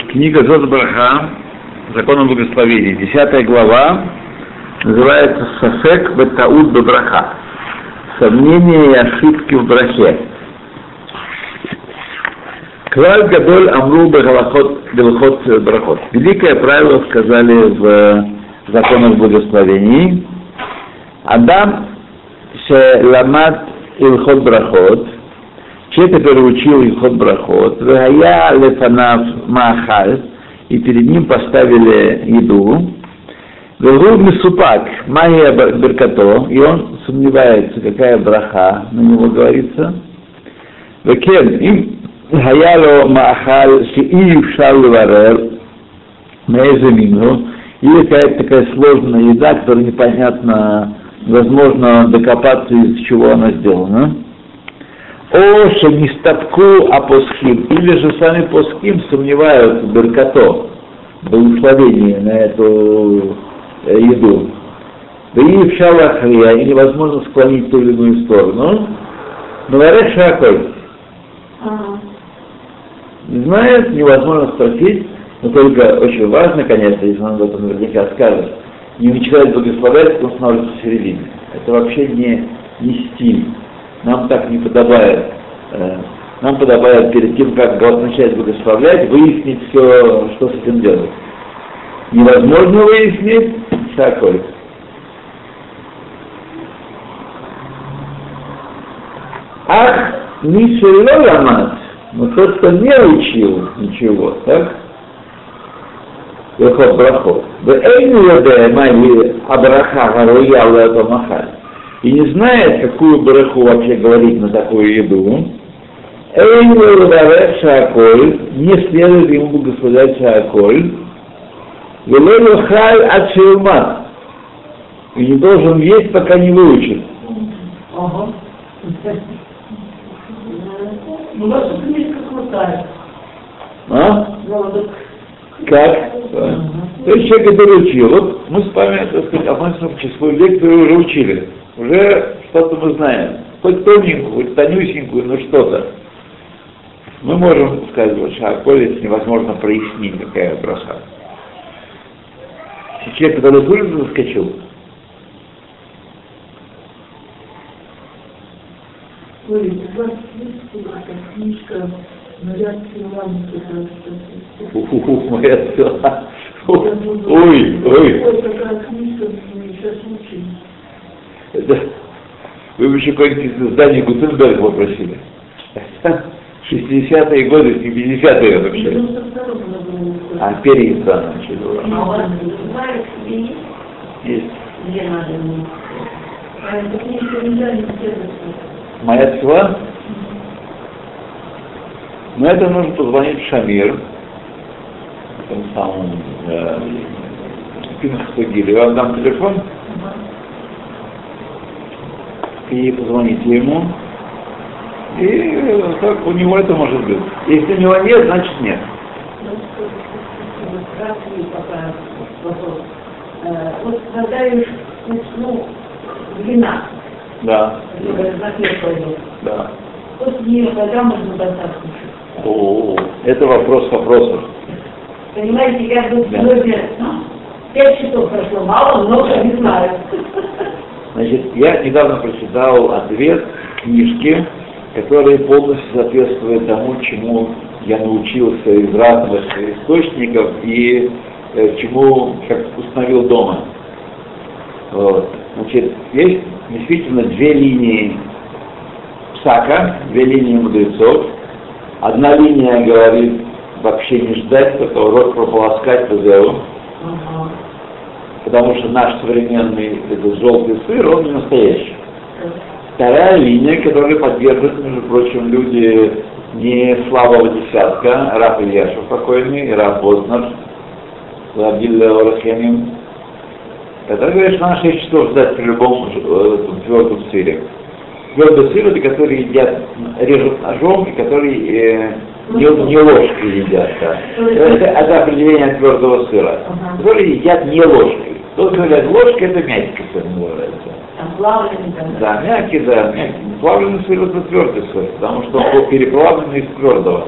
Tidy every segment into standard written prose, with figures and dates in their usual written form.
Книга Зот Браха, Закон о благословении, 10 глава, называется Сафек Бетаут Бебраха. Сомнения и ошибки в брахе. Клаль Гадоль Амру Белхот Брахот. Великое правило сказали в законах благословений. Адам Ламат Илхот Брахот. Человек, который учил Илхот Брахот, Вегая Лефанав Маахаль, и перед ним поставили еду. Вегу Мисупак Майя Беркато, и он сомневается, какая браха на него говорится. Векен им Хаяло Маахаль Шиив Шалварер Мейзамину, или какая-то такая сложная еда, которая непонятно, возможно докопаться, из чего она сделана. О шемистапку апосхим, или же сами посхим сомневаются в беркато, благословении на эту еду. Да и в шалахрия, и невозможно склонить ту или иную сторону. Но говорят шаколь. Не знает, невозможно спросить, но только очень важно, конечно, если он об этом наверняка скажет, не начинает благословлять, он становится в середине. Это вообще не стиль. Нам так не подобает. Нам подобает перед тем, как начать благословлять, выяснить все, что с этим делать. Невозможно выяснить всякое. Ах, Мишель Ламат, но тот, кто не учил ничего, так? Вехот брахот. И не знает, какую браху вообще говорить на такую еду, не следует ему благословлять шааколь, и не должен есть, пока не выучит. Ну, ваша книжка крутая. Как? То есть человек, который учил. Вот мы с вами, так сказать, относимся к числу людей, которые уже учили. Уже что-то мы знаем. Хоть тоненькую, хоть тонюсенькую, но что-то. Мы можем сказать, что шааколь, если невозможно прояснить, какая браха. Человек, который с улицы заскочил. Ой, у вас есть такая книжка «Моя сила». Моя сила. Ой. Такая книжка, мы сейчас учим. Вы бы еще какое-нибудь издание Гутенберга попросили. 60-е годы, 70-е вообще. А переиздано начали. А у вас знаете, есть? Где надо? А эта книжка нельзя не сделать. Моя сила? Но это нужно позвонить в Шамир, тем самым Пинхасагиле. Я вам дам телефон, и позвоните ему, и как у него это может быть. Если у него нет, значит нет. Вот когда я вина. Да. Да. После нее когда можно достаточно? Это вопрос вопросов. Понимаете, я бы сегодня 5 часов прошло, мало, много, не знаю. Значит, я недавно прочитал ответ книжки, который полностью соответствует тому, чему я научился из разных источников и чему как установил дома. Вот. Значит, есть действительно две линии псака, две линии мудрецов. Одна линия говорит вообще не ждать, только рот прополоскать в эгоу. Потому что наш современный этот желтый сыр, он не настоящий. Вторая линия, которую поддерживают, между прочим, люди не слабого десятка, Рав Ильяшев покойный, Рав Бознер, Лабдиль Орахемим. Это говорит, что надо 6 часов ждать при любом твердом сыре. Твердый сыр, это которые едят, режут ножом, и которые не ложкой едят. Да. Это определение твердого сыра. Которые едят не ложкой. Тот, кто говорят, ложкой, это мягкий сыр называется. Плавленый, да, мягкий. Плавленый сыр это твердый сыр, потому что он был переплавленный из твердого.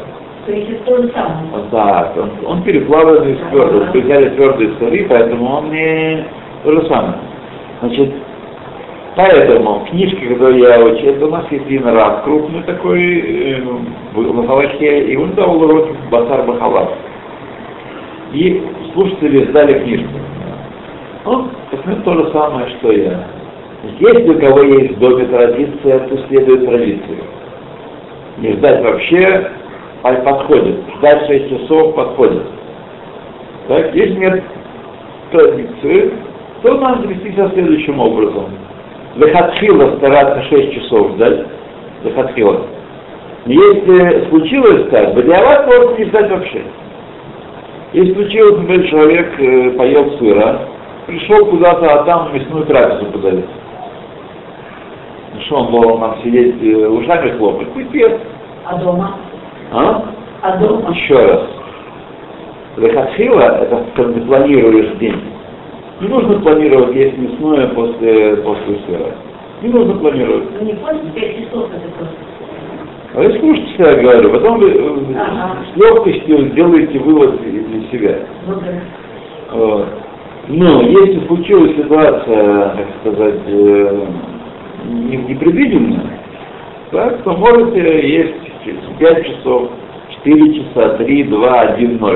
То есть это то же самое. Так, он переплавленный из твердого. Мы взяли твердые сыры, поэтому он не то же самое. Значит, поэтому в книжке, которую я учил, это у нас есть один раб крупный такой, в Махалахе, и он давал уроки в Басар Бахалат. И слушатели сдали книжку. Он посмотрел то же самое, что я. Если у кого есть в доме традиция, то следует традиции. Не ждать вообще, а подходит. Ждать 6 часов подходит. Так, если нет традиции, то надо вести себя следующим образом. Лехатхила стараться 6 часов ждать. Лехатхила. Если случилось так, бадиават можно не ждать вообще. Если случилось, например, человек поел сыра, пришел куда-то, а там мясную трапезу подали. Ну что он должен нам сидеть ушами хлопать? Пусть ест. А дома? А дома? Еще раз. Лехатхила, это когда ты планируешь день. Не нужно планировать есть мясное после сыра. Не нужно планировать. Ну не после 5 часов это просто. А вы слушайте, что я говорю, потом вы с легкостью сделаете вывод для себя. Вот. Но если случилась ситуация, так сказать, непредвиденная, так, то можете есть 5 часов, 4 часа, 3, 2, 1, 0.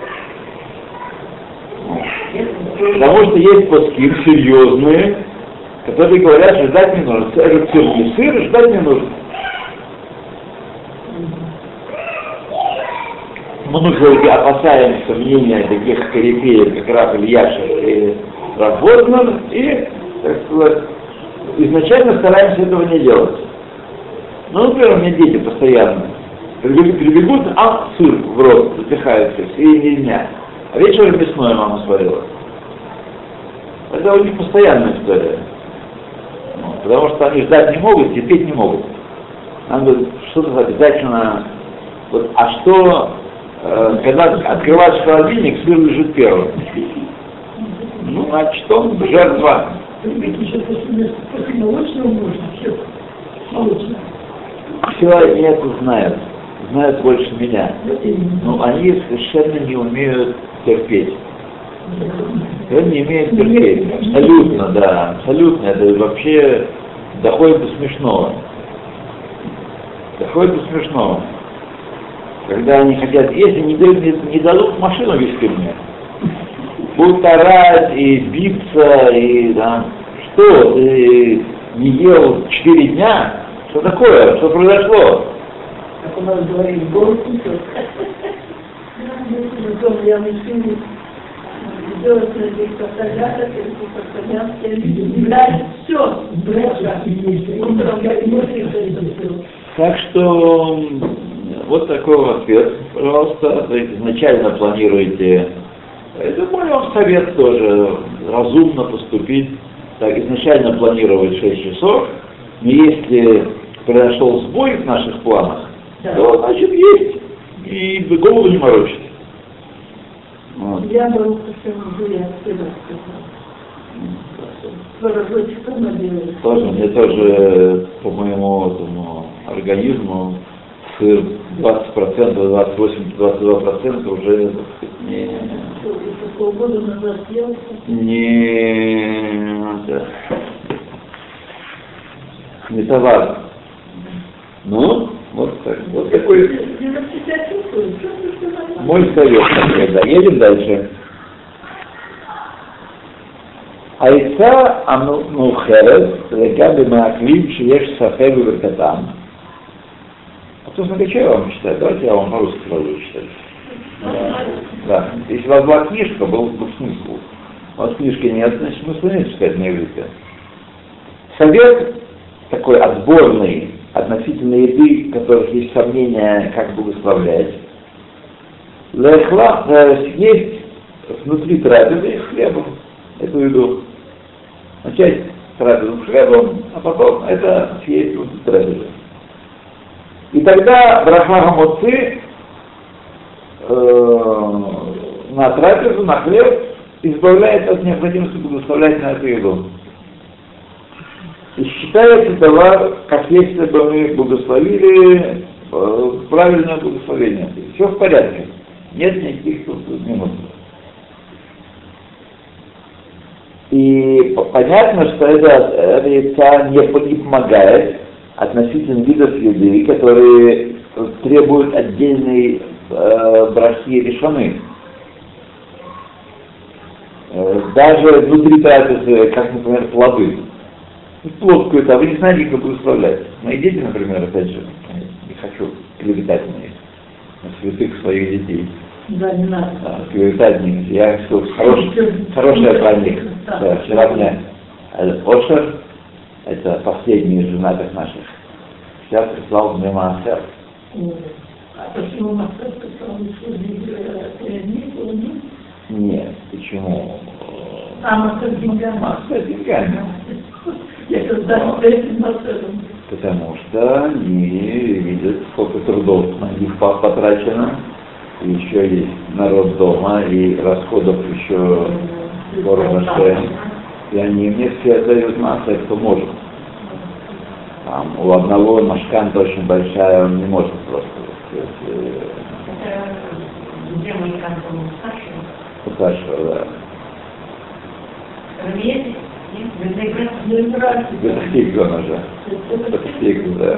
Потому что есть паским серьезные, которые говорят, что ждать не нужно. Сыр ждать не нужно. Мы опасаемся мнения таких корифеев, как Рав Ильяшев и Рав Вортман, и, так сказать, изначально стараемся этого не делать. Ну, например, у меня дети постоянно прибегут, а сыр в рот запихаются, и не дня. А вечером мясное мама сварила. Это у них постоянная история. Потому что они ждать не могут, терпеть не могут. Надо что-то обязательно... Вот, а что, когда открываешь холодильник, сыр лежит первым. Ну, значит, он жертва. После молочного можно, все. Молочное. Все они это знают. Знают больше меня. Но они совершенно не умеют терпеть. Он не умеет терпеть. Абсолютно, да. Абсолютно. Это вообще доходит до смешного. Доходит до смешного. Когда они хотят, если не дадут машину везти мне, будут орать и биться, и там, что, ты не ел 4 дня? Что такое? Что произошло? Как у нас говорили, город несет. Я начну делать здесь фотографии, брать все, Так что вот такой вот ответ, пожалуйста. То есть изначально планируете, это мой вам совет тоже, разумно поступить. Так, изначально планировать 6 часов, но если произошел сбой в наших планах, то значит есть, и голову не морочить. Вот. Я был тоже, мне тоже по моему этому организму сыр 20%, 28%, 22% уже полгода назад съел. Не товар. Ну, вот так. Вот такой мой совет. Да. Едем дальше. Айца амухерес легаби мааклим шиеш сафеби веркатам. А то смотри, что я вам читаю? Давайте я вам по-русски сразу читаю. Да. Если у вас была книжка, был бы смысл. У вас книжки нет, значит смысла нет читать на иврите. Совет такой отборный относительно еды, в которых есть сомнения, как благословлять. Есть внутри трапезы с хлебом эту еду. Начать трапезу с хлебом, а потом это съесть внутри трапезы. И тогда браха гамоци на трапезу, на хлеб избавляет от необходимости благословлять на эту еду. И считается товар, как если бы мы благословили правильное благословение. Все в порядке. Нет никаких тут минусов. И понятно, что эта яйца не помогает относительно видов еды, которые требуют отдельной брахи решены. Даже внутри трапезы, как, например, плоды. Плод какой-то, а вы не знаете, как благословлять. Мои дети, например, опять же, не хочу клеветать на святых своих детей. Да, не надо. Клеветать на них. Я сказал, хорошая про них. Да, вчера мне Ошер, это последний из женатых наших, сейчас прислал мне Маасер. А почему Маасер прислал, что Нет, почему? Маасер деньгами. Маасер деньгами. Я когда с этим Маасером. Потому что они видят, сколько трудов на них потрачено, и еще есть народ дома, и расходов еще дорого, и они мне все отдают Маасер, кто может. Там, у одного машканта очень большая, он не может просто. Где мой кантон Старшего, да. Достиг он уже. Достиг, да.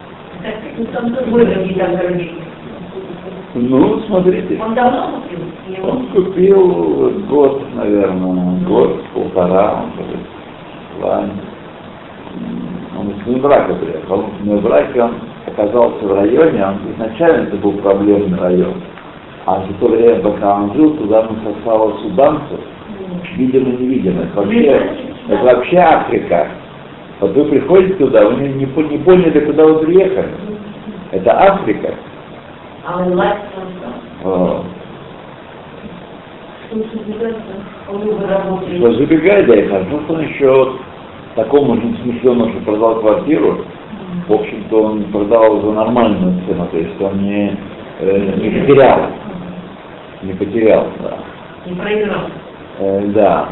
Ну, смотрите. Он давно купил? Он купил год, наверное, год-полтора, он говорит, он из Небрака приехал. В Небраке он оказался в районе, он изначально это был проблемный район. А в то время, пока он жил, туда насосало суданцев, видимо-невидимо. Это вообще Африка. Вот вы приходите туда, вы не поняли, куда вы приехали. Это Африка. А он лайк Что забегает, да, и хорошо, что он еще такому же смышленому, что продал квартиру. В общем-то, он продал за нормальную цену, то есть он не потерял. Не потерял, да. Не проиграл. Да.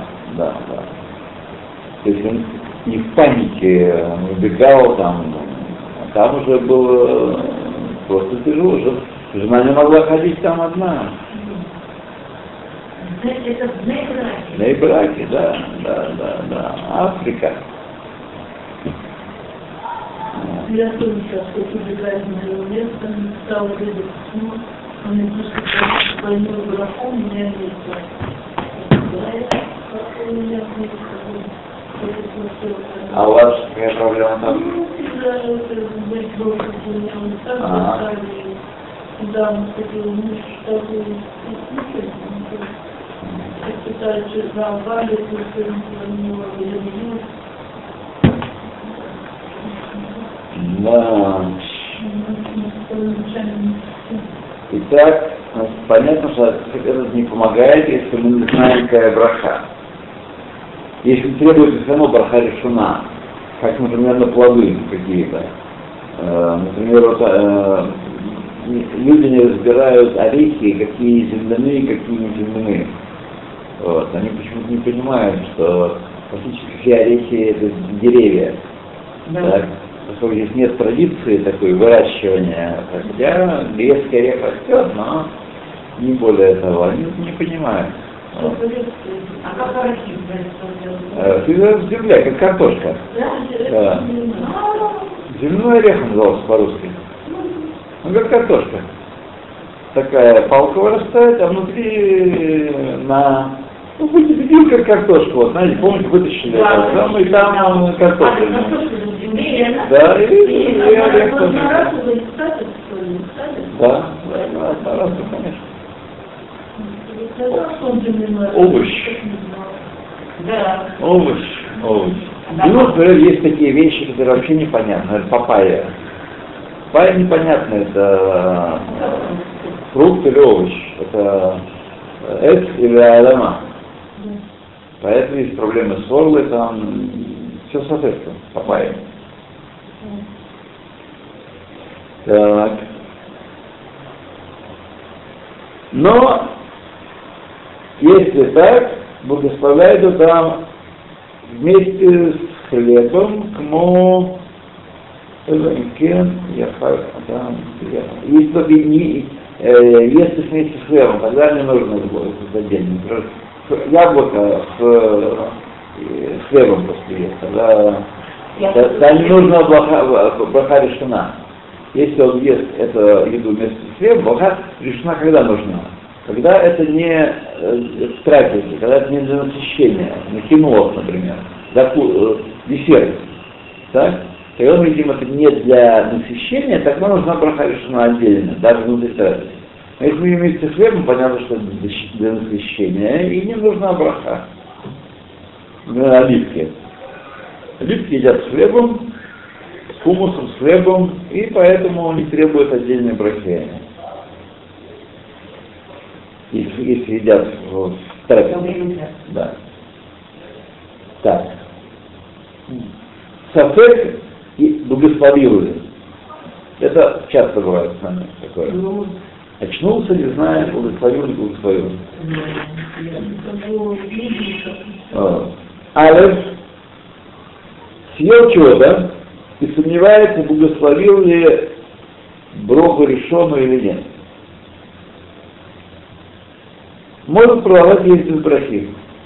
То есть он не в панике убегал там, а там уже было просто тяжело. Жена не могла ходить там одна. Это в Нейбраке, да. Африка. Я тоже сейчас убегаю на его место, стал видеть письмо, он мне просто двойной графон, у меня нет. А у вас какая проблема там? Да, он хотел муж такой пытается завалить, только не него Да. Итак, понятно, что это не помогает, если мы не знаем, какая браха. Если требуется все равно браха решена, как, например, на плоды какие-то. Например, вот, люди не разбирают орехи, какие земляные, какие не земляные. Вот. Они почему-то не понимают, что фактически все орехи это деревья. Да. Так? Поскольку здесь нет традиции такой выращивания, хотя грецкий орех растет, но не более того, они не понимают. Вот. А как орехи Это земля, как картошка. Да. Земной орех назывался по-русски. Ну, как картошка. Такая палка вырастает, а внутри как картошка, вот, знаете, помните, вытащили там, и там картошка. Да, и орех тоже. Да, конечно. Овощ. Да. Овощ. И вот, например, есть такие вещи, которые вообще непонятны. Это папайя. Папайя непонятно, это фрукт или овощ. Это эц или адама. Поэтому есть проблемы с орлой, там все соответственно, папайя. Так. Но если так, благословляют там вместе с хлебом, Если вместе с хлебом, тогда не нужно это отдельно. Яблоко с хлебом просто есть, тогда не нужно браха решена. Если он ест эту еду вместе с хлебом, браха решена когда нужна? Когда это не трапеза, когда это не для насыщения, на кино, например, десерт, так? Когда мы видим, это не для насыщения, тогда нужна браха решена отдельно, даже внутри трапезы. А если мы вместе с хлебом, понятно, что это для насыщения, и не нужна браха. Оливки. Оливки едят с хлебом, с хумусом, с хлебом, и поэтому не требуют отдельной брахи. Если едят в трапезе. Да. Так. Сафек и благословили. Это часто бывает с нами такое. Очнулся, не знаю, благословил, не благословил. Алеф съел чего-то и сомневается, благословил ли броху решенную или нет. Может продолжать есть без брахи.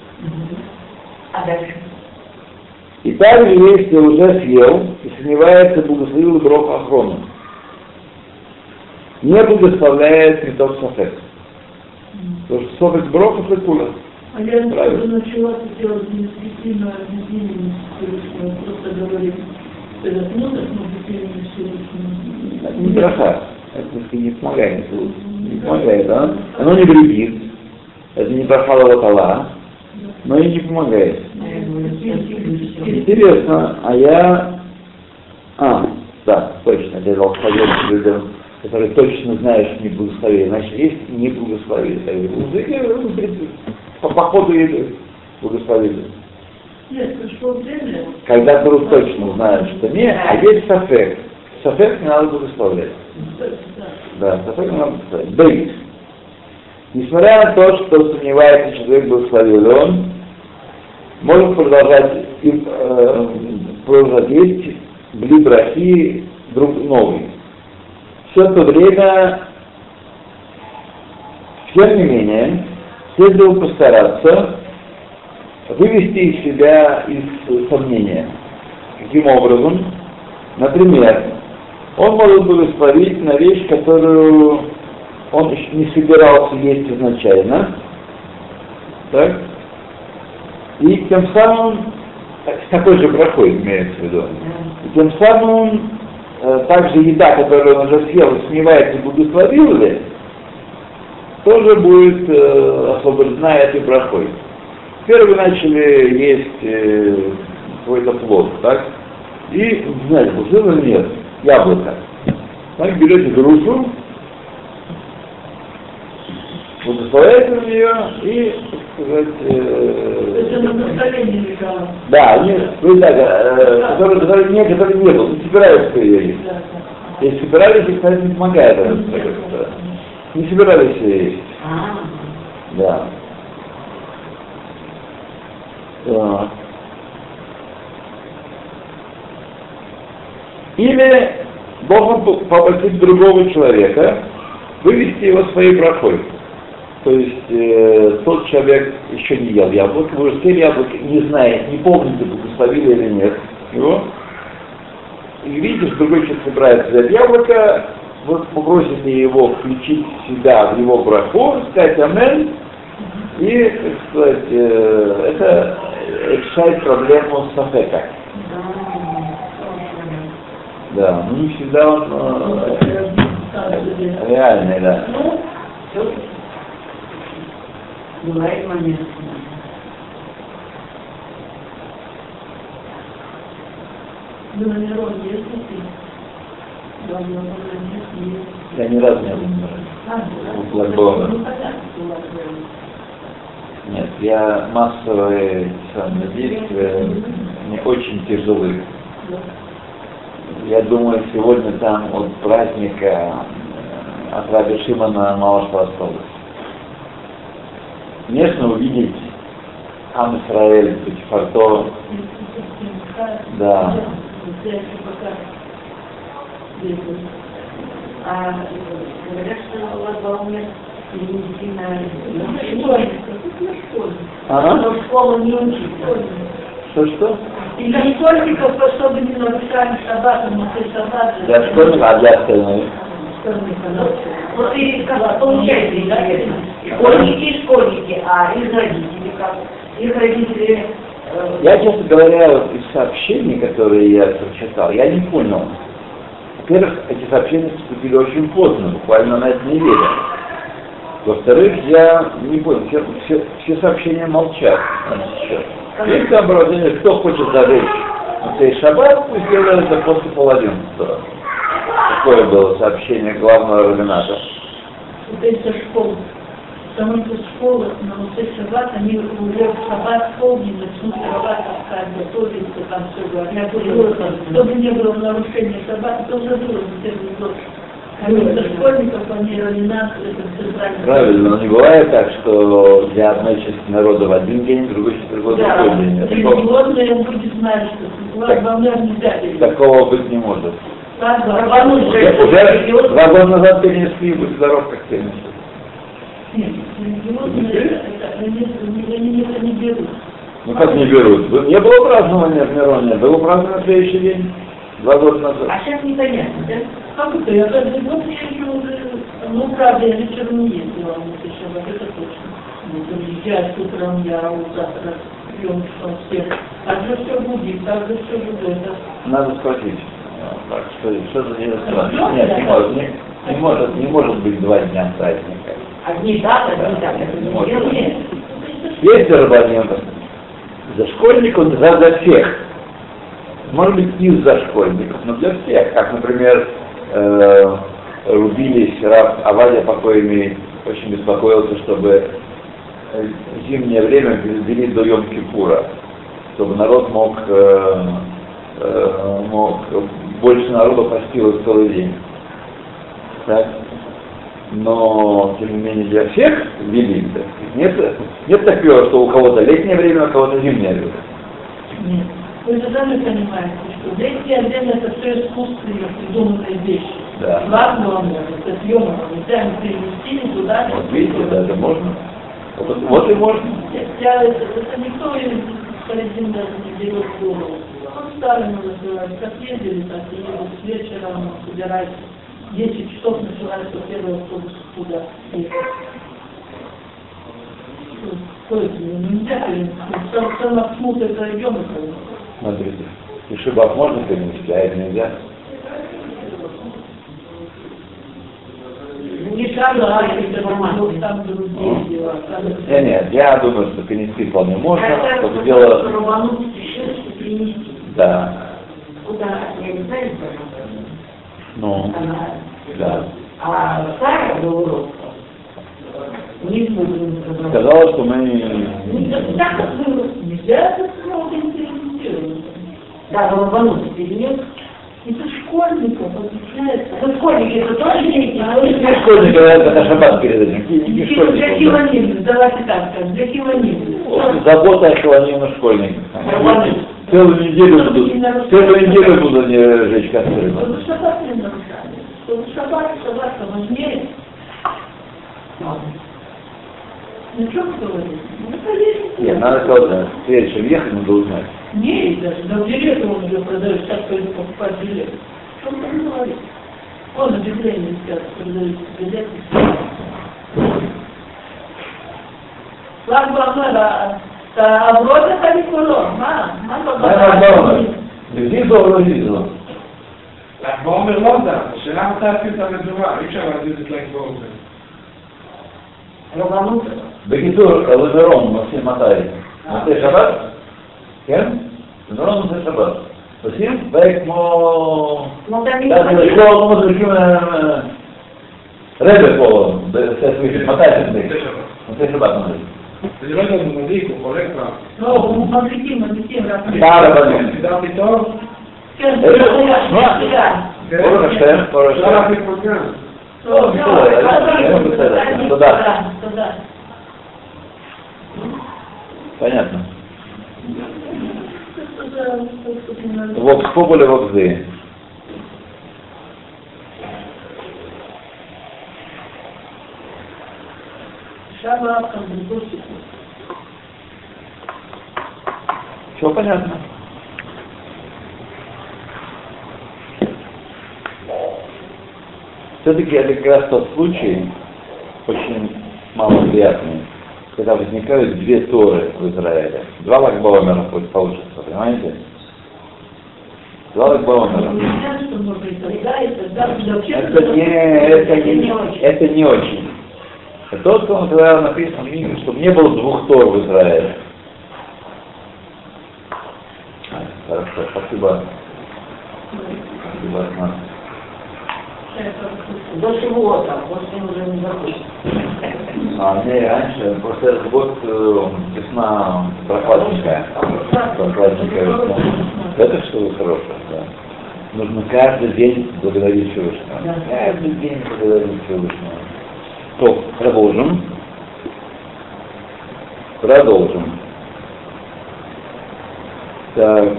А дальше? И также, если уже съел и сомневается, благословил ли броху охрону, не благословляет цветок сафек. Потому что сафек броха флекула. А я начала делать действительно объединение Всевышнего, просто говорить, это смотришь на объединение Всевышнего. Не браха, это не помогает, не помогает, да? Оно не вредит, это не браха лаватала, но и не помогает. Интересно, да, точно, я дал совет людям, которые точно знают, что не благословили. Значит, есть не благословили. По ходу еды благословили. Нет, пришло время. Когда кто точно знает, что не, а есть сафек. Сафек не надо благословлять. Да, сафек не надо благословлять. Бейт. Несмотря на то, что сомневается, что человек благословил, он может продолжать есть бли брахи друг новый. Все это время, тем не менее, следовало постараться вывести из себя из сомнения. Каким образом? Например, он может благословить на вещь, которую он еще не собирался есть изначально, так? И тем самым, с такой же брахой имеется в виду, и тем самым также еда, которую он уже съел, сомневается, благословил ли, тоже будет освобождена этой брахой. Теперь вы начали есть какой-то плод, так? И не знаете, благословил или нет, яблоко. Так, берете грушу, благословляете на нее и, так сказать... Это на настроении лежало. Да, которые не было, не собираются ее есть. Если собирались, их, кстати, не помогает. Не собирались ее есть. Да. Или должен попросить другого человека вывести его своей брахой. То есть тот человек еще не ел яблоко, вы уже съели яблоко, не зная, не помните, благословили или нет его. И видите, что другой человек собирается взять яблоко, вы попросите его включить себя в его браху, сказать амен, и, так сказать, это решает проблему сафека. Да, ну не всегда он реальный, да. Бывает момент. Да, наверное, есть такие. Да, я ни разу не был в Лагбоне. Нет, я массовые действия мне очень тяжелы. Я думаю, сегодня там от праздника от Раби Шимона мало что осталось. Конечно, увидеть Ам Исраэль, Патифарто, да. А говорят, что у вас волны перенесены но школа не учит. Что? И для школьников, чтобы не нарушали шаббат, но ты шаббат... Для школьников, а для остальных? Вот и как получается, да? Школьники, а их родители как? Их родители... Я, честно говоря, вот из сообщений, которые я прочитал, я не понял. Во-первых, эти сообщения поступили очень поздно, буквально на этой неделе. Во-вторых, я не понял, все сообщения молчат сейчас. Есть соображение, кто хочет зажечь цей шаббат, пусть делает это после 10:30. Такое было сообщение главного раввината. Вот эти школы, потому что школы на Муцей шаббат, они уже в шаббат в полдень начнут работать, как готовиться, там все говорят. Чтобы не было нарушения шаббата, это уже было в первый год. Для школьников они раввинат, это центральный. Правильно, но не бывает так, что для одной части народа в один день, другой части народа в другой день. Религиозные люди знают, что главное нельзя. Такого быть не может. Уже 2 года назад перенесли, будь здоров, как перенесли. Нет, религиозные, они это не берут. Ну как не берут? Не было празднования в Мироне, было празднование на следующий день, 2 года назад. А сейчас непонятно, да? Как это? Я каждый год езжу уже, ну правда, я вечером не ездила, вот еще вот это точно. Вот приезжаю с утром, я завтра пьем, что все. Так же все будет, так же все будет. Надо спросить. Так, что за день праздника? Нет, не может быть 2 дня праздника. Одни так, это не может. Есть рабаним за школьников, за всех. Может быть, не за школьников, но для всех. Как, например, рубились, раб Авадия покойный очень беспокоился, чтобы зимнее время ввели до Йом-Кипура, чтобы народ мог больше народа постилось целый день. Так? Но, тем не менее, для всех ввели. Нет такого, что у кого-то летнее время, а у кого-то зимнее время. Нет. Вы же сами понимаете, что летнее время это все искусственные придуманные вещи. Да. Ладно, это съемок, нельзя перенести туда. Вот видите, да, это можно. Вот и можно. Это никто из Харидим даже не берет в голову. Вот старым называют, как ездили, так и едут с вечером, собирать. 10 часов начинается первый автобус туда. Что это? Нельзя перенести. Сам отсмут это идем. Смотрите, и шибах можно перенести, а это нельзя. Не сразу, а если там другие дела. Нет, я думаю, что перенести вполне можно. Это дело... Да. Куда? Я не знаю, Ну, да. А Сара до урока не будем сказать. Сказала, что мы... Так как было. Нельзя это много интерпретировать. Да, но рвануть перенес. Это школьников обучается. Это школьники, это тоже дети. Не школьники, это шаббат перед этим. Для хилонизма, давайте так скажем, для хилонизма. Забота о хилонизме школьников. Целую неделю будут жечь костры. Вот шаббат не нарушали. Вот шаббат важнее. Ну что вы говорите? Ну, поверьте. Нет, надо сказать, прежде чем ехать, надо узнать. Не, даже на билеты он уже продает, сейчас пойду покупать билет. Что он там говорит? Он объявление сейчас продает билеты. Ладно, ладно, а вроде халикуло, Визу. בעומר לא דם, השאלה מתי עשית את המדורה, אי אפשר להזיז את להם בעומר. רבנות. בקיצור, לברון, עושים מתי שבת? כן? לברון עושה שבת. עושים? כמו... כמו מדריכים רבע פה, מתי שבת מדריכים. אני לא יודע אם הוא מדליק, הוא חולק כבר. לא, הוא מדליקים. סידרתי טוב? כן, ברוך השם, ברוך השם. לא להחליק פה כאן. תודה. Понятно. Вокс поболи вокзы. Сава, как бы, дождик. Все понятно. Все-таки это как раз тот случай, очень малоприятный, когда возникают две Торы в Израиле. Два лагбаумера получится, понимаете? Два лагбаумера. Это не очень. Это тот, кто когда написано в книге, чтобы не было двух Тор в Израиле. Хорошо, спасибо. Спасибо. До чего там, после уже не закончится. Не, раньше, просто этот год весна прохладненькая. Это что хорошее, да. Нужно каждый день благодарить Всевышнего. Каждый день благодарить Всевышнего. То, продолжим. Так.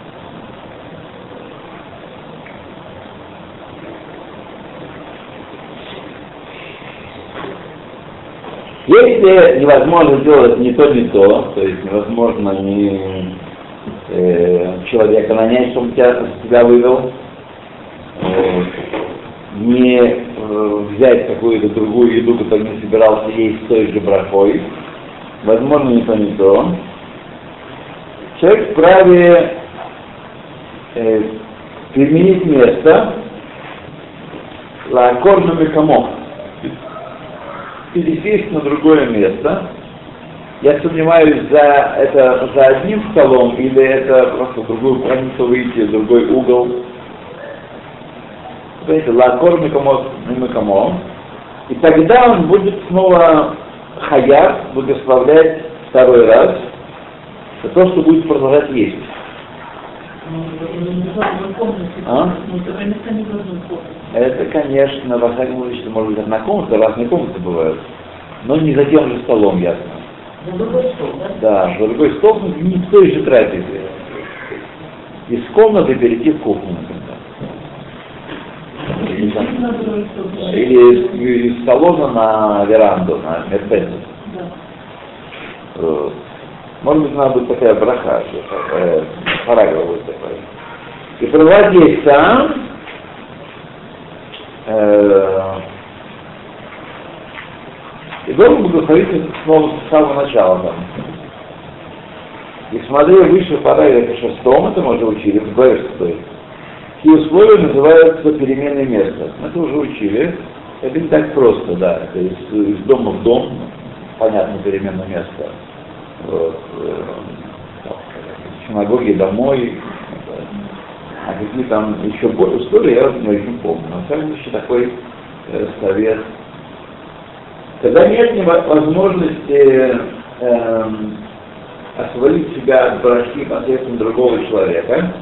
Если невозможно сделать ни то, то есть невозможно ни человека нанять, чтобы тебя вывел, не взять какую-то другую еду, которую не собирался есть с той же брахой, возможно ни то, человек вправе переменить место лакорными комок. Пересесть на другое место. Я сомневаюсь, это за одним столом или это просто в другую границу выйти, в другой угол. Понимаете, лакор микамом. И тогда он будет снова хаяв, благословлять второй раз за то, что будет продолжать есть. Это, конечно, во всяком случае, может быть, одна комната, разные комнаты бывают, но не за тем же столом, ясно. За другой стол, да? Да, за другой стол, не в той же трапезе. Из комнаты перейти в кухню, например. Или из салона на веранду, на Мерседес. Да. Может быть, надо будет такая браха, параграф будет такой. И прервать есть там, и должен благословить снова с самого начала там. И смотри, выше в параграфе 6, это мы уже учили, в Б6. Такие условия называются переменой места. Мы это уже учили. Это не так просто, да. Это из дома в дом, понятно, переменное место. Вот. В синагоге домой. А какие там еще больше истории, я не очень помню. На самом деле такой совет. Когда нет возможности освободить себя от брахи посредством другого человека,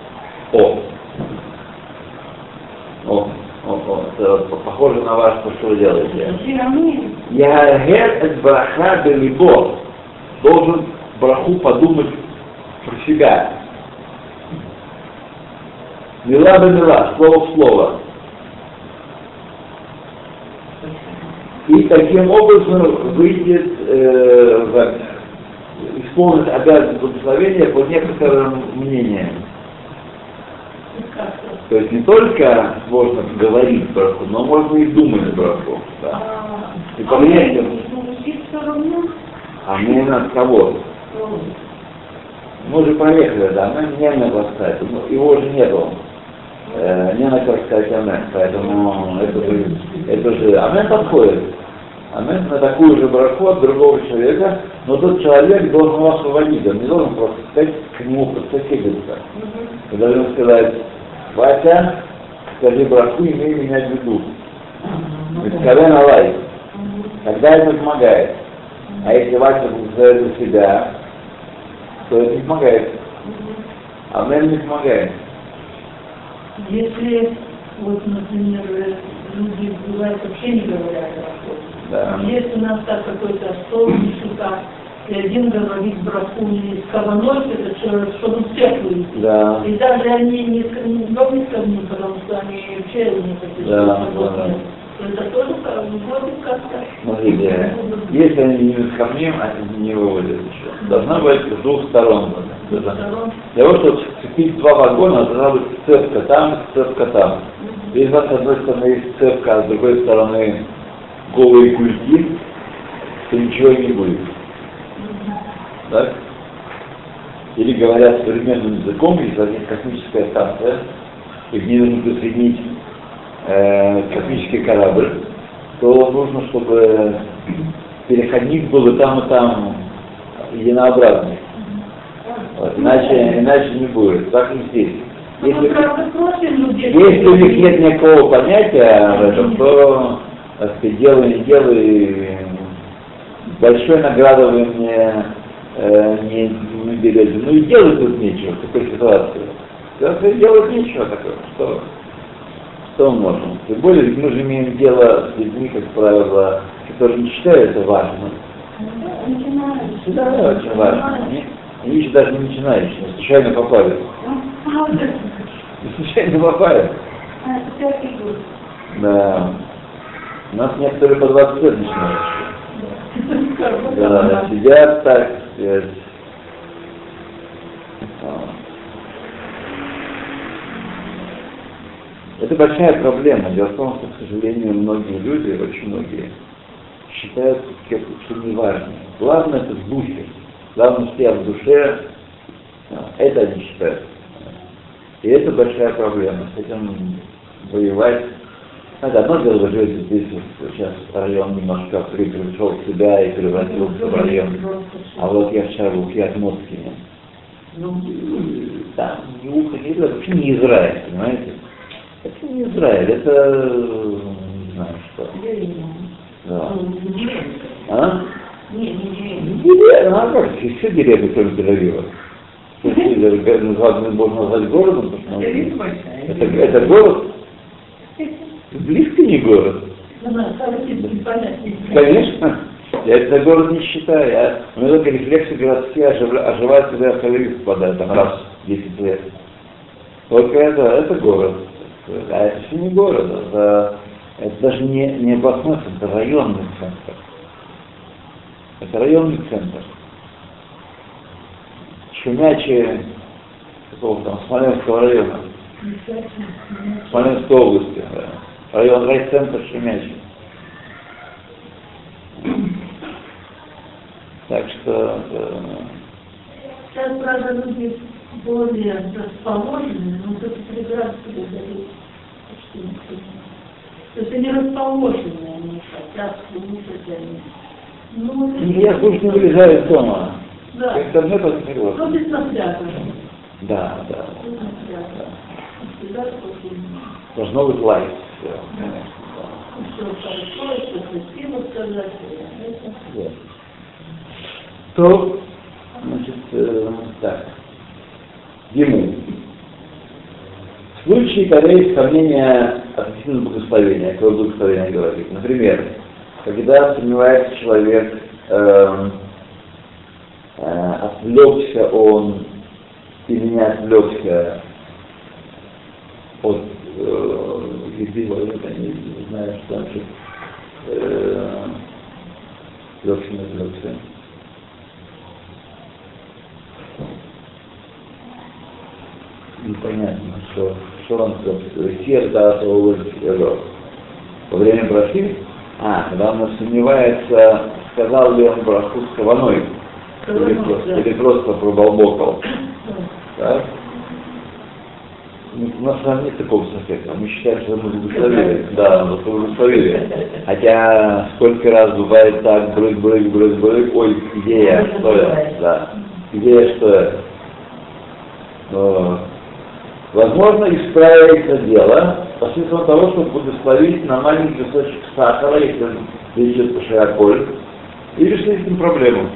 это похоже на вас, что вы делаете. Ягер эт браха белибо. Должен браху подумать про себя. Мила бы мила, слово в слово. И таким образом выйдет, исполнить обязанность благословения по некоторым мнениям. То есть не только можно говорить браху, но можно и думать браху. Да. И по мнениям. А мне от кого? Мы уже поехали, да, она не могла сказать, его уже не было. Не на как сказать амен, поэтому это же амен подходит. Амен на такую же браху от другого человека, но тот человек должен его освободить, он не должен просто сказать к нему, подсоседиться. Вы должны сказать: Вася, скажи браху, имей меня в виду. Ведь алай. Тогда это помогает. А если Вася благословит за себя, то это не помогает. Амен не помогает. Если, вот, например, люди бывают вообще не говорят браху. Да. Если у нас так какой-то стол, шута, и один говорит браху не с каваной, это чтобы всех вывести. Да. И даже они не скажут, потому что они вообще не хотят. Да. Это тоже вроде как-то. Смотрите, если они не с камнем, они не выводят еще. Должна быть с двух сторон. Для того, чтобы сцепить два вагона, должна быть сцепка там, сцепка там. Если у вас с одной стороны есть сцепка, а с другой стороны голые кульки, то ничего не будет. Так? Или говоря современным языком, если есть космическая станция, и в ней нужно присоединить космический корабль, то нужно, чтобы переходник был и там единообразный. Вот, иначе не будет. Так и здесь. Если у них нет никакого понятия в этом, то, так сказать, делай, не делай, большой награды вы мне не берете. Ну и делать тут нечего в такой ситуации. Если делать нечего такого, что мы можем? Тем более, мы же имеем дело с людьми, как правило, которые не считают это важным. Да, очень важно. Они еще даже не начинающие, случайно попали. Случайно попали. Да. У нас некоторые по 20 лет начинают. Да, сидят так, сказать. Это большая проблема. Дело в том, что, к сожалению, многие люди, очень многие, считают, что не важно. Главное это в духе. Главное, что я в душе, это они считают. И это большая проблема. С этим воевать. Надо одно дело, вы живете здесь, сейчас район немножко пришел в себя и превратился в район. А вот я вчера был в Киев-Москве. Там не ухо, не Израиль, вообще не Израиль, понимаете? Это не Израиль, это не знаю что. Да. А? Не деревня, а как? Все деревни, кроме Тель-Авива. Можно назвать городом, потому что это город. Близко не город. Конечно. Я это город не считаю. У меня только рефлексы городские оживают, когда я в Тель-Авив попадаю, там раз в 10 лет. Только это город. А это все не город. Это даже не областной центр, это районный центр. Это районный центр. Шумячие, какого там, Смоленского района. Смоленской области, да. Райцентр Шумячий. Так что... Сейчас, правда, люди более расположены, но тут преградки дают почти никто. То есть они расположены, они хотят слушать, они... Я слушаю, не вылезаю из дома. Да. Интернет это вперед. Ну, без напряга. Да. Без напряга. Всегда такой. Должно быть лайк. Все, конечно, да. Все хорошо, что красиво сказать. Да. То, значит, так. Ему. В случае, когда есть сомнения относительно благословения, какое благословение говорит. Например, когда сомневается человек, отвлекся он или не отвлекся от еды, я не знаю, что значит отвлекся, не отвлекся. Непонятно, что он отвлекся, да, во время брахи, когда он сомневается, сказал ли он браху с каваной, или просто проболбокал. Так? У нас с вами нет такого софета. Мы считаем, что мы благословили. Да, мы благословили. Хотя сколько раз бывает так, брык, ой, где я, что я? Да. Где я, что я? Но, возможно, исправить это дело посредством того, чтобы благословить на маленький кусочек сахара, если он лечит по шиаколь, и решить этим проблему.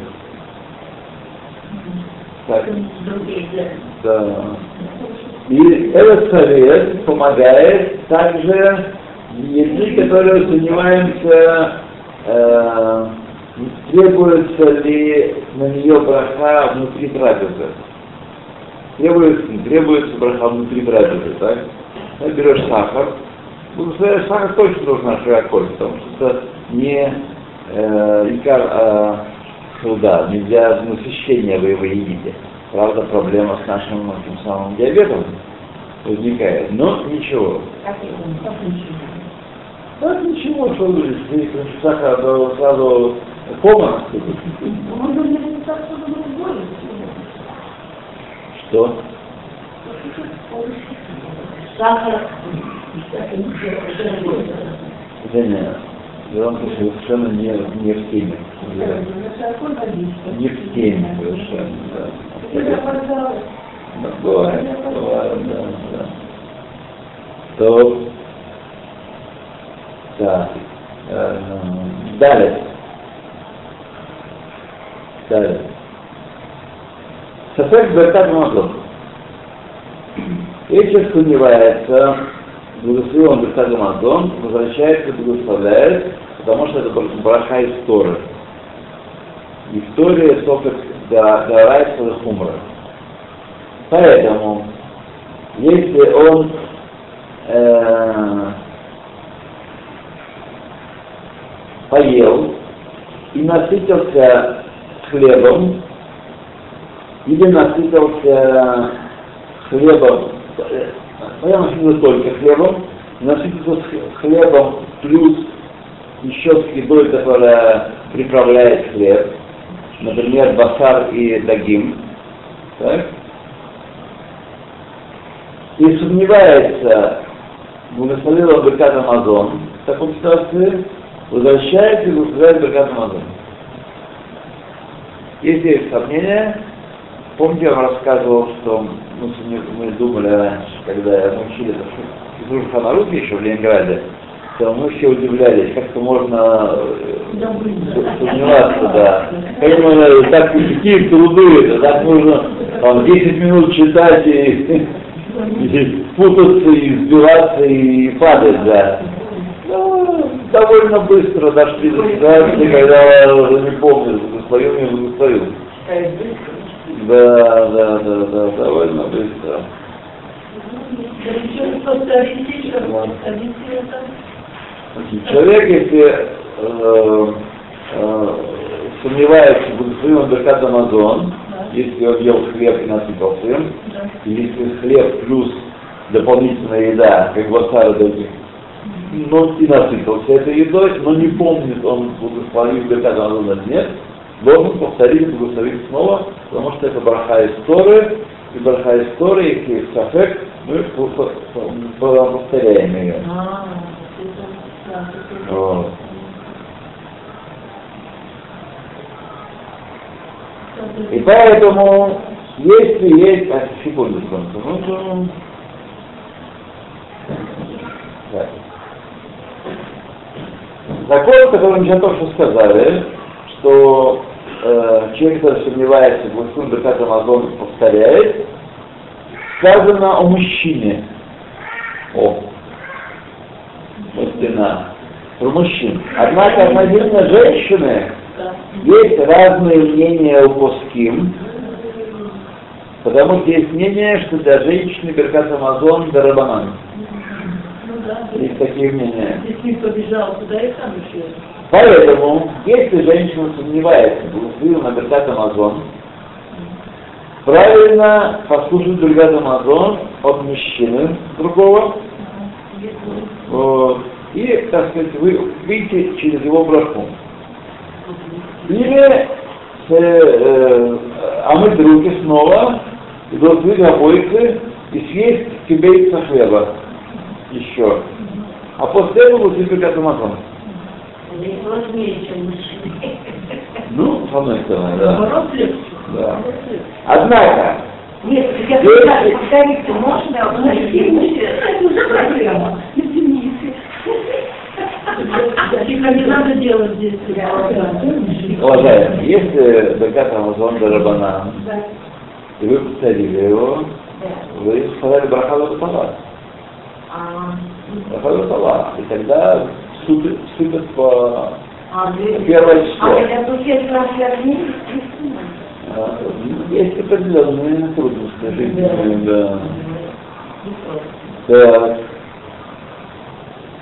Так. Да. И этот совет помогает также людей, которые занимаемся, требуется ли на нее браха внутри трапезы. Требуется браха внутри трапезы, так? Ты берешь сахар, Благословляешь сахар точно должна широко, потому что это не икар труда, нельзя насыщения вы его едите. Правда, проблема с нашим тем самым диабетом возникает, но ничего. Так ничего, что вы, если сахар, то сразу кома. Что? Сахар. Да нет, дело в том, что совершенно не в теме. Не в теме совершенно, да. Бывает, да. То, так, далее. Сафек Беркат Мазон. Если сомневается, благословил он Беркат Мазон, возвращается, благословляет, потому что это браха из Торы. И в Торе Софек Дарайса и Хумра. Поэтому, если он поел и насытился хлебом, или насытился хлебом, я насытился только хлебом, насытился хлебом плюс еще с едой, которая приправляет хлеб, например, басар и дагим, так? И сомневается, благословил Беркат Амазон, в такой ситуации возвращается и благословляет Беркат Амазон. Если есть сомнения, помните, я вам рассказывал, что мы думали раньше, когда мы учили это в Ханаруте еще в Ленинграде, то мы все удивлялись, как-то можно сомневаться, да. Как можно, так, какие труды, так нужно там, 10 минут читать и путаться, и сбиваться, и падать, да. Ну, довольно быстро дошли до ситуации, когда я уже не помню, благословил, не благословил. Да, довольно быстро. Человек, если сомневается, благословил Беркат Амазон, если он ел хлеб и насыпался им, и если хлеб плюс дополнительная еда, как басара дадим, но и насыпался этой едой, но не помнит, он благословил Беркат Амазон или нет, должен повторить, благословить снова, потому что это браха из Торы, и браха из Торы, если есть сафек, мы повторяем ее. Вот. И поэтому, если есть... секундочку. Закон, который мы сейчас только что сказали, что человек, который сомневается, благословен Беркат Амазон повторяет, сказано о мужчине. Мужчина. Про мужчин. Однако относительно женщины есть разные мнения у поским, потому что есть мнение, что для женщины Беркат Амазон дарабанан. Есть такие мнения. Если побежал туда и сам еще. Поэтому, если женщина сомневается, благословила на Беркат Амазон, правильно послушать Беркат Амазон от мужчины другого, и, так сказать, выйти через его браху. Или омыть руки снова, и благословить обоих, и съесть кибейца хлеба еще. А после этого благословить Беркат Амазон. Сложнее, чем мужчины. Ну, с одной стороны, да. Наоборот, легче. Да. Однако, Нет, я повторить можно, но это уже проблема. Извините. Не надо делать здесь. уважаемые, если Беркат Амазон дарабанан, и вы повторили его, вы сказали браха лотала. Браха лотала. И тогда сыпят по первое число. Есть определенные трудности жизни. Да. Так.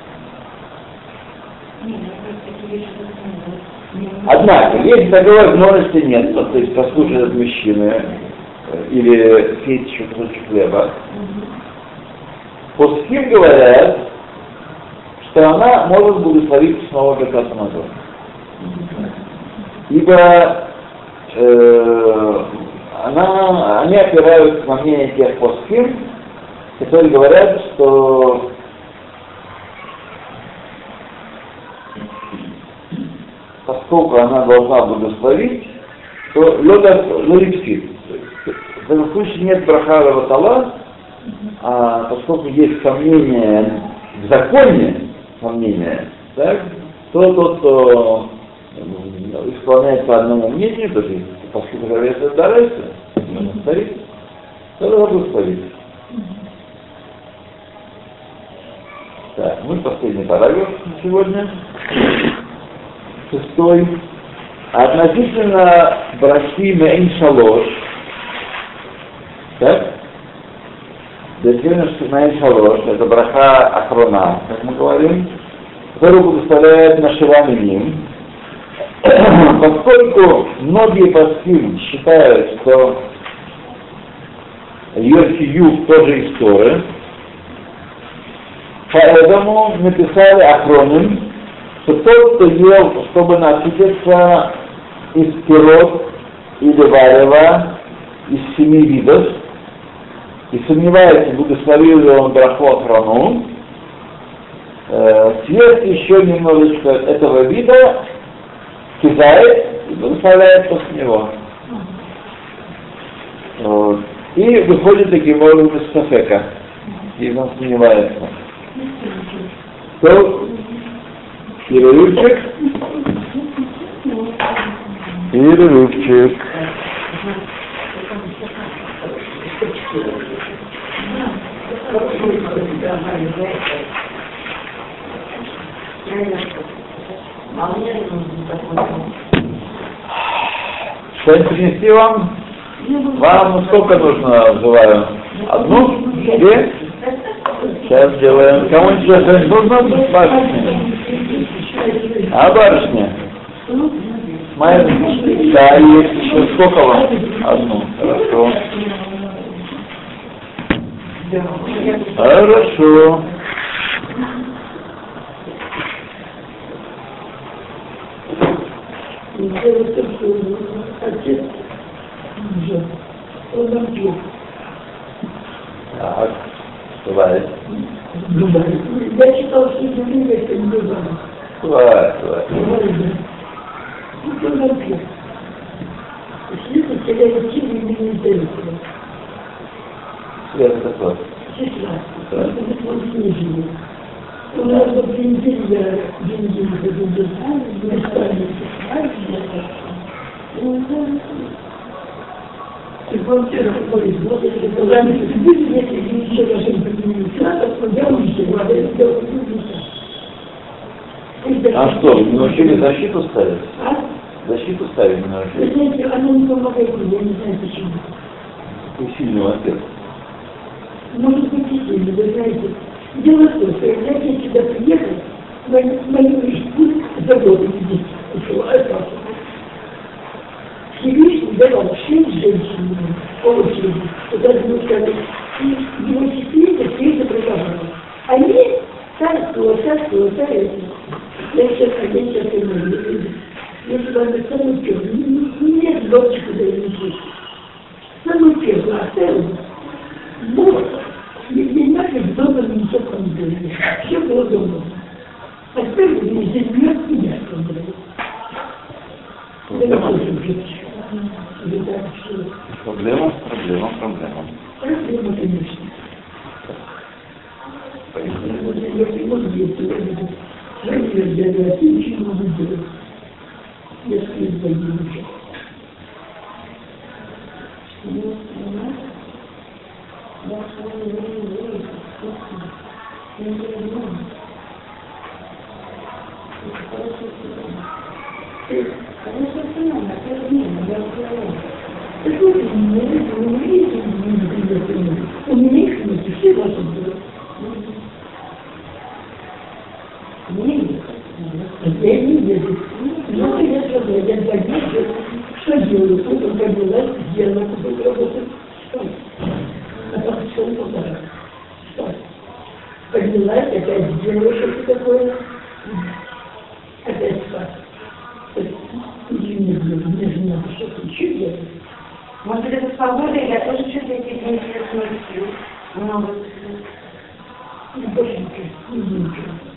Однако, если такой возможности нет, то есть послушать от мужчины или съесть еще кусочек хлеба, пуским говорят, что она может благословить снова Беркат Хамазон. Ибо они опираются на мнение тех пуским, которые говорят, что поскольку она должна благословить, то лорипсит. В этом случае нет браха ватала, а поскольку есть сомнение в законе, так, то тот, кто исполняет по одному мнению, то есть поскольку говорится дальше, то надо благословить. Так, мы последний параграф сегодня. 6. Относительно брахи Ме'ин Шалош, так? Действительно, Ме'ин Шалош, это браха Ахрона, как мы говорим, которую благословляет на Шиваминим, поскольку многие паским считают, что Йосию тоже из Торы, поэтому написали Ахроним, что тот, кто ел, чтобы насытиться из пирог или варева, из 7 видов, и сомневается, благословил ли он браху Ахрону, съест еще немножечко этого вида, кидает и благословляет после него. Вот. И выходит таким образом из сафека, если он сомневается. То перерывчик. Что-нибудь принести вам? Вам сколько нужно, называю? Одну? Две? Сейчас сделаем. Кому-нибудь что-нибудь нужно? Барышня. А барышня? Моя? Да, есть еще. Сколько вам? Одну. Хорошо. Хорошо. Так, бывает. Я читал, что это не бывает. Бывает. Если теряет силу, не интересно. Свет такой. У нас за 3 недели я деньги не ходил до и квартира говорит, вот если программы любили, если еще даже не поднимаются, я уже А что, вы не научили защиту ставить? А? Защиту ставить не Вы научили? знаете, она не помогает мне, я не знаю почему. Ты сильный отец. Может быть, и сильно, вы знаете. Дело в том, что когда я сюда приехал, мою путь завода здесь ушел, остался. Всевышний давал 6 женщин по очереди, куда ему сказали, и его сестрица все это продавала. Они царство. Я сейчас понимаю, я сюда на самую первую, нет дочь, куда я не слышу. Самую первую оставила. Вот. Не надо дома ничего не делать. Все было дома. А теперь мы здесь нет меня. Проблема. Проблема, конечно. Я привожу детей, я ничего могу делать. Я скрыть боюсь. У меня их нет, все должны быть. Я не еду. Но я сказала, делаю, потом поднялась, сделала, потом работать. А потом все подарок. Поднялась, опять сделала что-то такое. Опять спать. Мне же надо что-то еще делать. Может, это свобода, я тоже что-то эти деньги сплю. Много Больше ничего.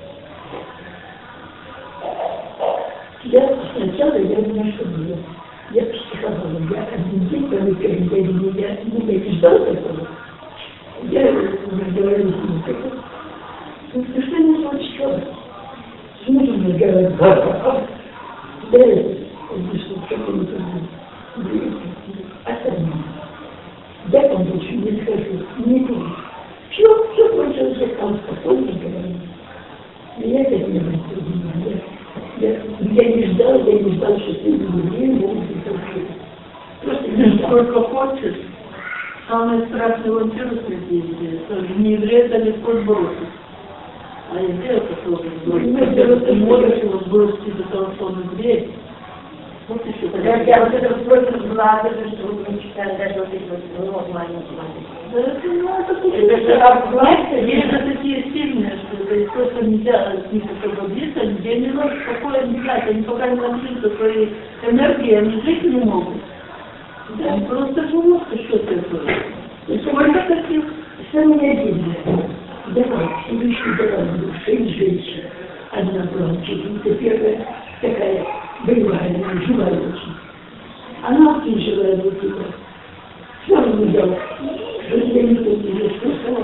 Я сначала, я не что было. Я психовала. Я один день, когда я не ждала такого. Я говорила, ну что не случилось? С мужем мне говорят, да, что что-то не понимаю. Остальное. Я там больше не скажу, не буду. Все кончилось, я там спокойно говорю. Я это не понимаю. Я не ждала, что ты не будешь это. Просто не ждала. сколько хочешь. Самое страшное вот вирус здесь. Не еврея это легко сбросить. А еврея это тоже сбросить. Ты можешь его сбросить до того, что он еврей. Вот еще. Я вот это просто была, что вы не читали даже вот эти вот маленькие. Есть же такие сильные, что это просто нельзя от них освободиться, где не может такое не знать, они пока не научатся своей энергией, они жить не могут. Они просто живут, что такое. И сколько таких, самые обидные. Давай, Всевышний давал 6 женщин. Одна была учительница первая, такая боевая, живая очень. Она очень живая учительница. Все равно дала. Я не помню, что сказала.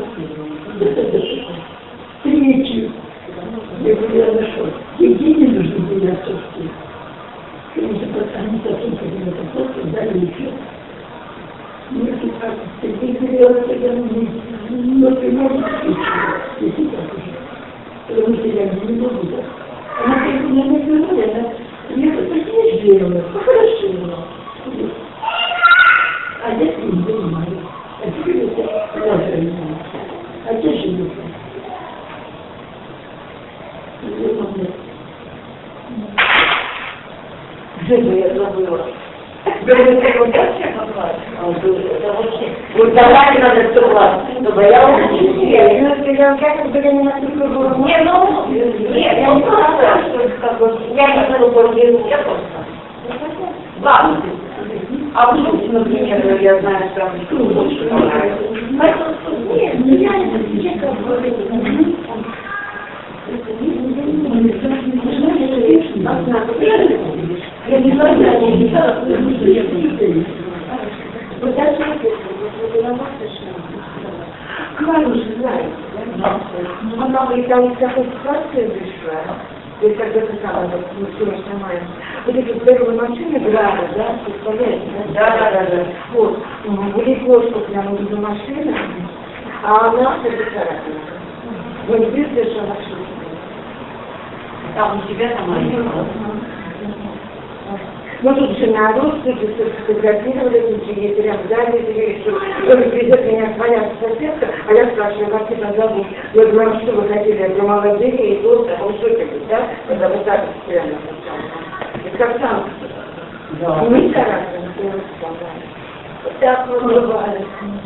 Третью. Я говорю, я нашел. Ей деньги нужны были отцовские. Они совсем ходили на отцовские, дали еще. Мне тут как-то такие периоды, когда но ты можешь если так уже. Потому что я не могу, да. Она как бы меня не говорила, она мне такие сделала, похорошила. А я с ним занимаюсь. А теперь это тоже а те же не Где бы я забыла? Вот давай надо согласен, чтобы я учителя. Не, ну, нет, я не знала, что я не знала, что я просто. Ладно. А вдруг, например, я знаю, что там больше понравится. Нет, ну я не как бы... Я не знаю, я не знаю, Клару же знает, она там из такой ситуации вышла, то есть когда ты сама, ну, все снимаем, вот эти здоровые машины брали, да, представляете, да, вот, были кошку прямо между машинами, а она это царапина. Вот здесь даже машина. Там у тебя там мы тут же народ, сфотографировали, прям дали, что придет меня своя соседка, а я спрашиваю, как тебя зовут? Я говорю, что вы хотели? Я говорю, молодые и толстые, а он что это, да? Когда вот так прямо. Это как сам. Мы стараемся, вот так мы бывали.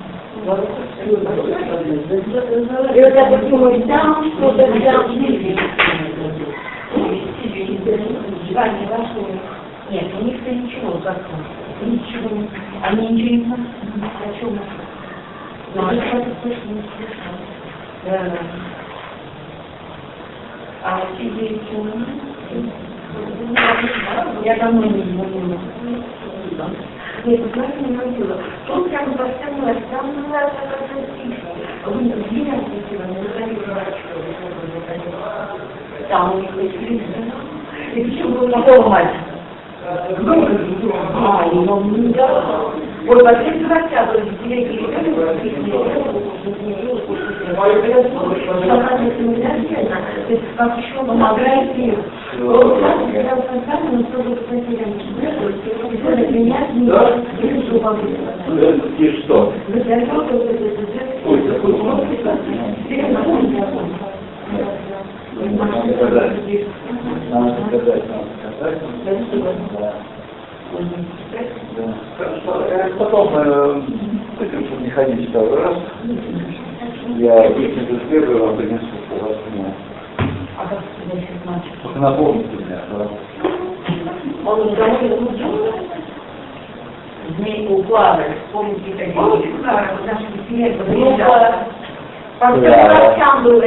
И вот так вот думаю, там что-то, там нет, у них-то ничего, как-то. Ничего не. Они ничего не знают. О чем это? Ну, а что это точно не слышно? Да. А тебе ничего не я давно не звонила. Нет, знаете, не говорила. Он прямо поставил, там называется как-то стихо. Вы не видели, не заходили врачу, там у них есть люди, да? И почему был на пол мальчика? Вот вообще хотя бы как еще помогает мир. И что? Надо сказать. Да. Потом будем, чтобы не ходить второй раз. Я выпью первый, вам принесу у вас. А как ты еще значит? Только напомните меня. Он говорил, змейку уклады, помните, как наши смерти, там было,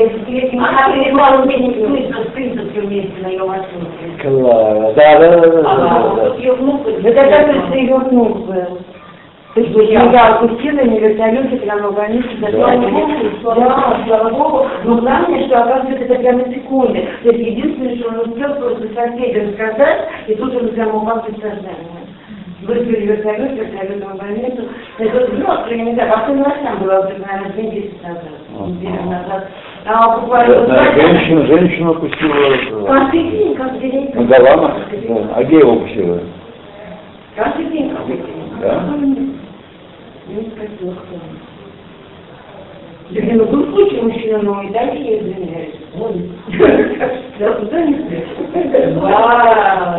в принципе, вместе на ее машинке. Клара, да. Ее внук, Это оказывается ее внук был. То есть я опустила на вертолете прямо в больницу, слава Богу, но главное, что оказывается это прямо секунды. То есть единственное, что он успел просто соседям сказать, и тут он прямо упал без сознания. Вызвали вертолетом в больницу. Это взрослый, я не знаю, а кто там была уже, наверное, 2 месяца назад, неделю назад. А буквально... Женщину опустила. Каждый день, каждый день. Галама? А где его опустила? Каждый день, каждый день. Да? Не спросила, кто он. Я говорю, был случай мужчина, но и дальше я извиняюсь. Да, туда не слышно. Вау!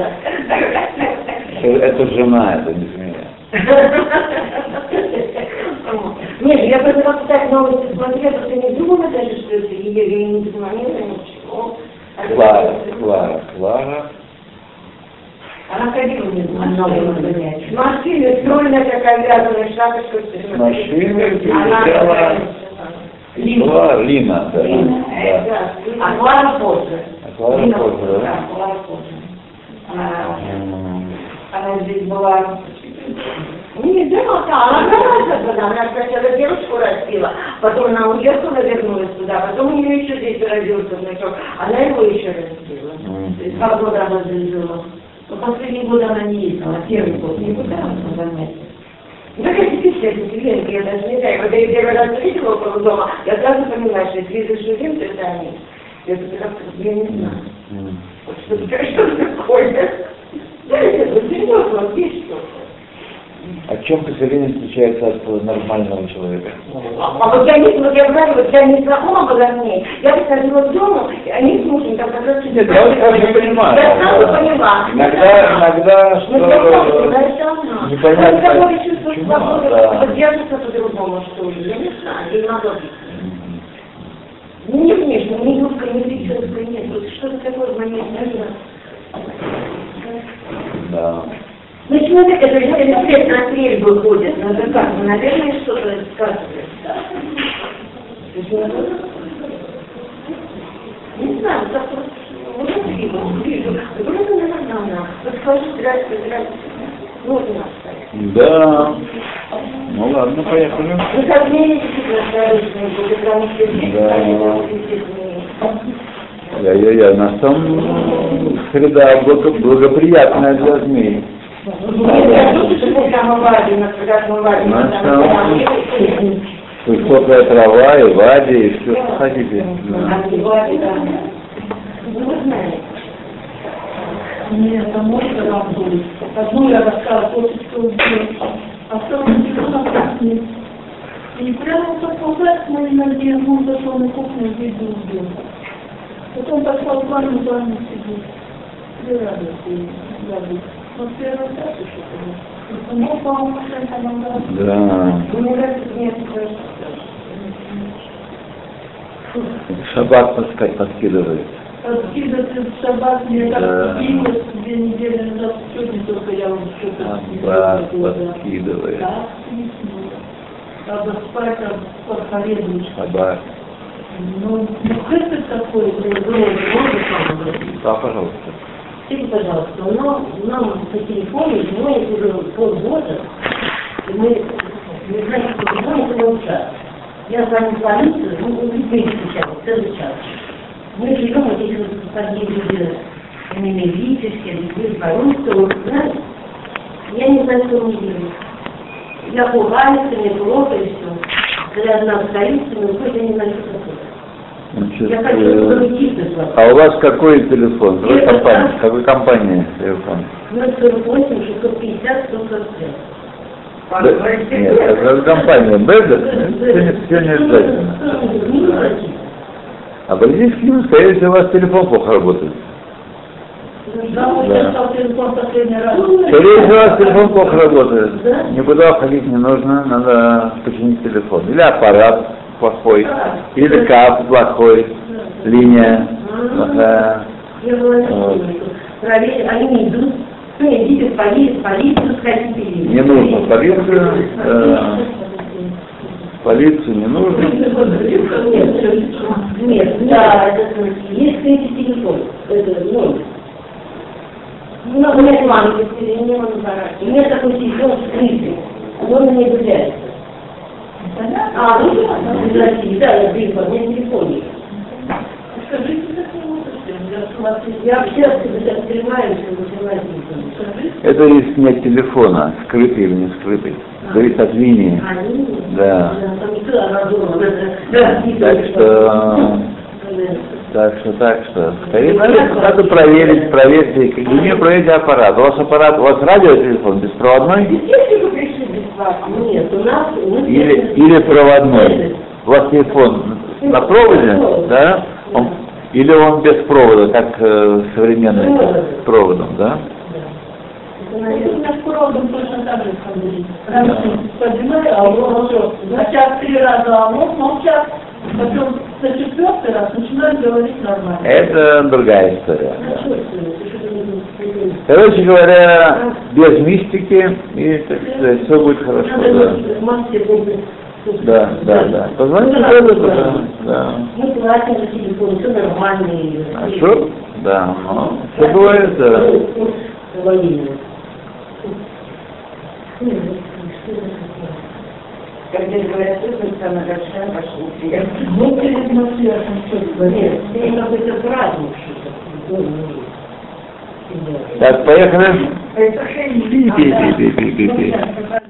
Это жена, это не змея. Нет, я просто как так новости смотрела, просто не думала даже, что это ее, я не позвонила, ничего. Клара. Она ходила мне много занятий. В машине стройная такая вязаная шапочка. В машине Лина. Лина, да. Да. А Клара позже. Клара позже, да? Клара позже. Она здесь была... Не, она гораздо, она сначала девушку растила, потом она уехала, вернулась туда, потом у нее еще здесь родился внучок, она его еще растила. То есть 2 года она здесь жила. Но последний год она не ездила, первый год никуда она занятия. Ну, как я теперь, я даже не знаю, когда я первый раз увидела около дома, я сразу поняла, что если видишь людей, то это они. Я не знаю. Что такое? Да, это серьезно, есть что-то. А в чем поселение отличается от нормального человека? А вот я говорю, вот я не знакома была с ней. Я приходила к дому, и они с мужем там как раз... Нет, я сразу понимаю. Я сразу поняла. Иногда что... Непонятно. Я чувствую свободу, держится по-другому, что ли. Я не знаю, я не могу. Не внешне, ни юбка, ни прическа, нет. Вот что-то такое в моей жизни. Да. Ну, человек, который лет на стрельбу ходит, надо как, ну, наверное, что-то сказывает. Не знаю, так вот вижу. Вроде наверное, вот скажу, здравствуйте. Вот у нас стоит. Да. Ну ладно, поехали. Ну, как мне действительно осторожные были, потому что здесь, Я нас там среда благоприятная для змей. Высокая трава и вади, и все, что хотите. Нет, это мой вам будет. Одну я рассказала, что убил, а вторую не. И прямо под солдат моей ноге, он зашел на кухню, здесь убил. Потом пошел в ванну сидеть. И радость, забыть. Вот первый раз еще было. Ну, по-моему, там Да. Мне кажется, нет, Шаббат подкидывает. Откидывать в шаббат, мне как билось 2 недели назад, сегодня только я вам что-то... Шаббат подкидывает. Да, надо спать, подхорезать. Шаббат. Ну, это такое, Да, пожалуйста. Скажите, пожалуйста, нам по телефону звонит уже полгода, и мы не знаем, что звонит целый час. Я звоню в полицию, сейчас, целый час. Мы живем вот эти вот подъезды энергетические, люди по-русски, знаете, я не знаю, что мне делать. Я пугаюсь, мне плохо и все. Когда одна остается, но хоть я не знаю, что такое. Значит, Я хочу заручиться с вами. а у вас какой телефон? Какой компании телефон? 048 650 145. Нет, это компания Бэдер. Все не обязательно. Обратитесь к ним, скорее всего, у вас телефон плохо работает. Да, вот я стал телефон последний раз. Скорее всего, телефон плохо работает. Никуда уходить не нужно, надо починить телефон. Или аппарат плохой, или кабель плохой, линия плохая. Я говорю, проверь, они идут, ну, идите в полицию, сходите. Не нужно полицию не нужно. Нет, да, это есть третий телефон, это номер. Ну, у меня маленький телефон, у меня такой телефон скрытый, он не является. А, ну да, я приехала, у меня телефон есть. Скажите, как не можете? Я общаюсь, сейчас понимаю, что начинаю телефон. Это из нет телефона, скрытый или не скрытый. Зависит от линии. Да. Так что. Скорее, надо проверить, проверьте аппарат. У вас радиотелефон беспроводной? Нет, у нас... Или проводной. У вас телефон на проводе, да? Или он без провода, как современный, с проводом, да? У нас проводом точно так же ходили. Раньше поднимали, а он все. Сначала 3 раза, а он молчал. Потом на 4-й раз начинают говорить нормально. Это другая история. Да. Короче говоря, без мистики, и так сказать, все будет хорошо. Да. Позвоните роботу, да. Мы платим за телефон, все нормально. Хорошо? Да, но все бывает, да. Когда говорят, что самое большое, пошли. Ну, перед Матвеем что-то Нет, это какой-то праздник что-то. Так, поехали. Это Пи-пи-пи-пи-пи-пи.